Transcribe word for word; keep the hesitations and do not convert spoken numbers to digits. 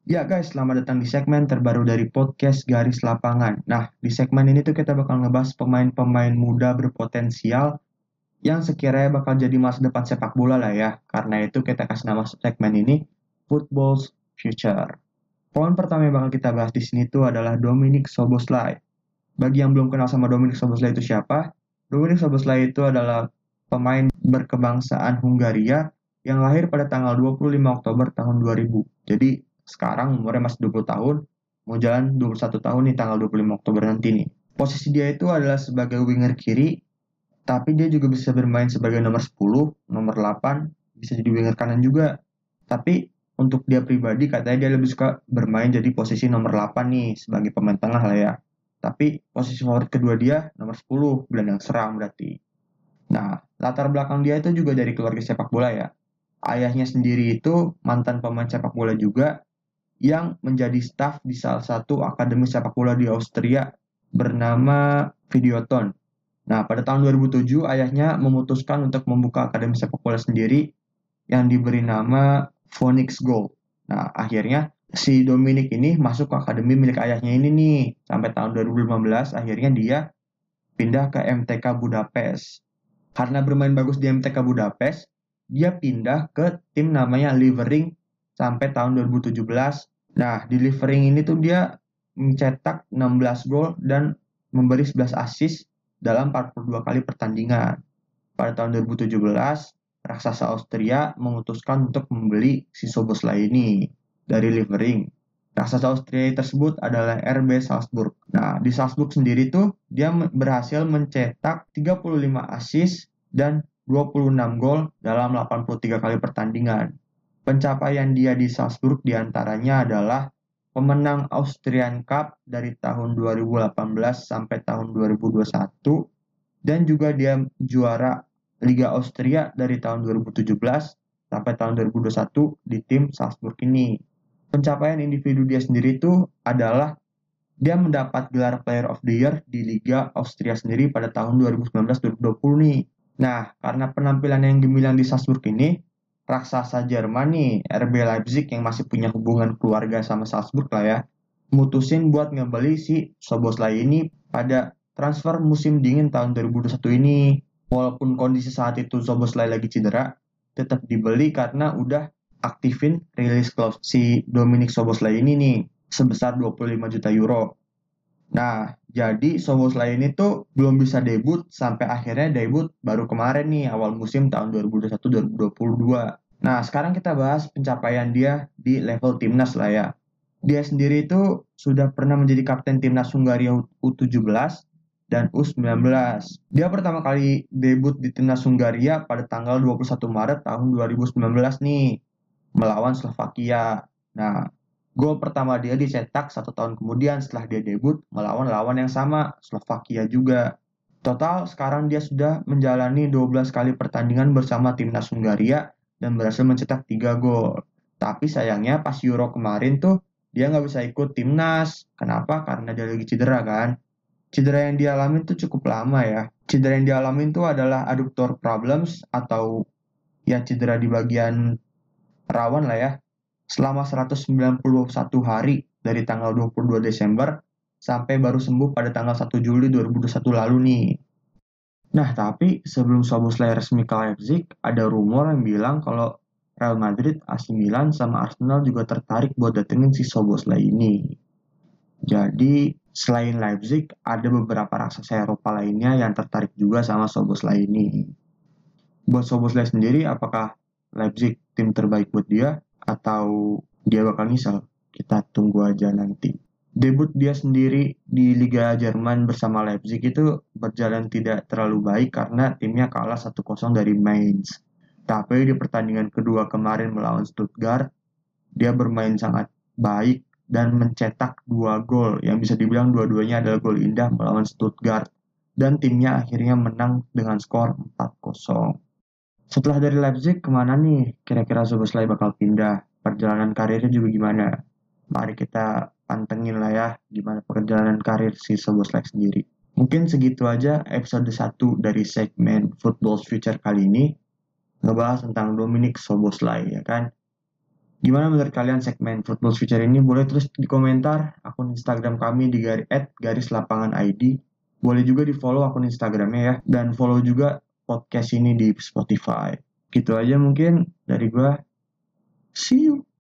Ya guys, selamat datang di segmen terbaru dari podcast Garis Lapangan. Nah, di segmen ini tuh kita bakal ngebahas pemain-pemain muda berpotensial yang sekiranya bakal jadi masa depan sepak bola lah ya. Karena itu kita kasih nama segmen ini Football's Future. Poin pertama yang bakal kita bahas di sini tuh adalah Dominik Szoboszlai. Bagi yang belum kenal sama Dominik Szoboszlai itu siapa? Dominik Szoboszlai itu adalah pemain berkebangsaan Hungaria yang lahir pada tanggal dua puluh lima Oktober tahun dua ribu. Jadi sekarang umurnya masih dua puluh tahun, mau jalan dua puluh satu tahun nih tanggal dua puluh lima Oktober nanti nih. Posisi dia itu adalah sebagai winger kiri, tapi dia juga bisa bermain sebagai nomor sepuluh, nomor delapan, bisa jadi winger kanan juga. Tapi untuk dia pribadi katanya dia lebih suka bermain jadi posisi nomor delapan nih sebagai pemain tengah lah ya. Tapi posisi favorit kedua dia nomor sepuluh, gelandang serang berarti. Nah, latar belakang dia itu juga dari keluarga sepak bola ya. Ayahnya sendiri itu mantan pemain sepak bola juga yang menjadi staf di salah satu akademi sepak bola di Austria bernama Videoton. Nah, pada tahun dua ribu tujuh ayahnya memutuskan untuk membuka akademi sepak bola sendiri yang diberi nama Phoenix Gold. Nah, akhirnya si Dominic ini masuk ke akademi milik ayahnya ini nih. Sampai tahun dua ribu lima belas akhirnya dia pindah ke M T K Budapest. Karena bermain bagus di M T K Budapest, dia pindah ke tim namanya Liefering sampai tahun dua ribu tujuh belas. Nah, di Liefering ini tuh dia mencetak enam belas gol dan memberi sebelas assist dalam empat puluh dua kali pertandingan. Pada tahun dua ribu tujuh belas, raksasa Austria memutuskan untuk membeli si Szoboszlai ini dari Liefering. Raksasa Austria tersebut adalah R B Salzburg. Nah, di Salzburg sendiri tuh dia berhasil mencetak tiga puluh lima assist dan dua puluh enam gol dalam delapan puluh tiga kali pertandingan. Pencapaian dia di Salzburg diantaranya adalah pemenang Austrian Cup dari tahun dua ribu delapan belas sampai tahun dua ribu dua puluh satu dan juga dia juara Liga Austria dari tahun dua ribu tujuh belas sampai tahun dua ribu dua puluh satu di tim Salzburg ini. Pencapaian individu dia sendiri itu adalah dia mendapat gelar Player of the Year di Liga Austria sendiri pada tahun dua ribu sembilan belas dua ribu dua puluh nih. Nah, karena penampilan yang gemilang di Salzburg ini, raksasa Jerman nih, R B Leipzig yang masih punya hubungan keluarga sama Salzburg lah ya, mutusin buat ngebeli si Szoboszlai ini pada transfer musim dingin tahun dua ribu dua puluh satu ini. Walaupun kondisi saat itu Szoboszlai lagi cedera, tetap dibeli karena udah aktifin rilis clause si Dominik Szoboszlai ini nih sebesar dua puluh lima juta euro. Nah, jadi Szoboszlai ini tuh belum bisa debut sampai akhirnya debut baru kemarin nih awal musim tahun dua ribu dua puluh satu dua ribu dua puluh dua. Nah, sekarang kita bahas pencapaian dia di level timnas lah ya. Dia sendiri itu sudah pernah menjadi kapten timnas Hungaria U tujuh belas dan U sembilan belas. Dia pertama kali debut di timnas Hungaria pada tanggal dua puluh satu Maret tahun dua ribu sembilan belas nih melawan Slovakia. Nah, gol pertama dia dicetak satu tahun kemudian setelah dia debut melawan lawan yang sama, Slovakia juga. Total sekarang dia sudah menjalani dua belas kali pertandingan bersama timnas Hungaria dan berhasil mencetak tiga gol. Tapi sayangnya pas Euro kemarin tuh dia nggak bisa ikut timnas. Kenapa? Karena dia lagi cedera kan. Cedera yang dialami tuh cukup lama ya. Cedera yang dialami itu adalah adductor problems atau ya cedera di bagian rawan lah ya selama seratus sembilan puluh satu hari dari tanggal dua puluh dua Desember sampai baru sembuh pada tanggal satu Juli dua ribu dua puluh satu lalu nih. Nah, tapi sebelum Szoboszlai resmi ke Leipzig, ada rumor yang bilang kalau Real Madrid, A C Milan, sama Arsenal juga tertarik buat datengin si Szoboszlai ini. Jadi, selain Leipzig, ada beberapa raksasa Eropa lainnya yang tertarik juga sama Szoboszlai ini. Buat Szoboszlai sendiri, apakah Leipzig tim terbaik buat dia atau dia bakal nyesal? Kita tunggu aja nanti. Debut dia sendiri di Liga Jerman bersama Leipzig itu berjalan tidak terlalu baik karena timnya kalah satu kosong dari Mainz. Tapi di pertandingan kedua kemarin melawan Stuttgart, dia bermain sangat baik dan mencetak dua gol yang bisa dibilang dua-duanya adalah gol indah melawan Stuttgart. Dan timnya akhirnya menang dengan skor empat kosong. Setelah dari Leipzig, kemana nih kira-kira Szoboszlai bakal pindah? Perjalanan karirnya juga gimana? Mari kita pantengin lah ya gimana perjalanan karir si Szoboszlai sendiri. Mungkin segitu aja episode satu dari segmen Football's Future kali ini. Ngebahas tentang Dominik Szoboszlai ya kan. Gimana menurut kalian segmen Football Future ini? Boleh terus di komentar akun Instagram kami di garis at garis lapangan I D. Boleh juga di follow akun Instagramnya ya. Dan follow juga podcast ini di Spotify. Gitu aja mungkin dari gua. See you.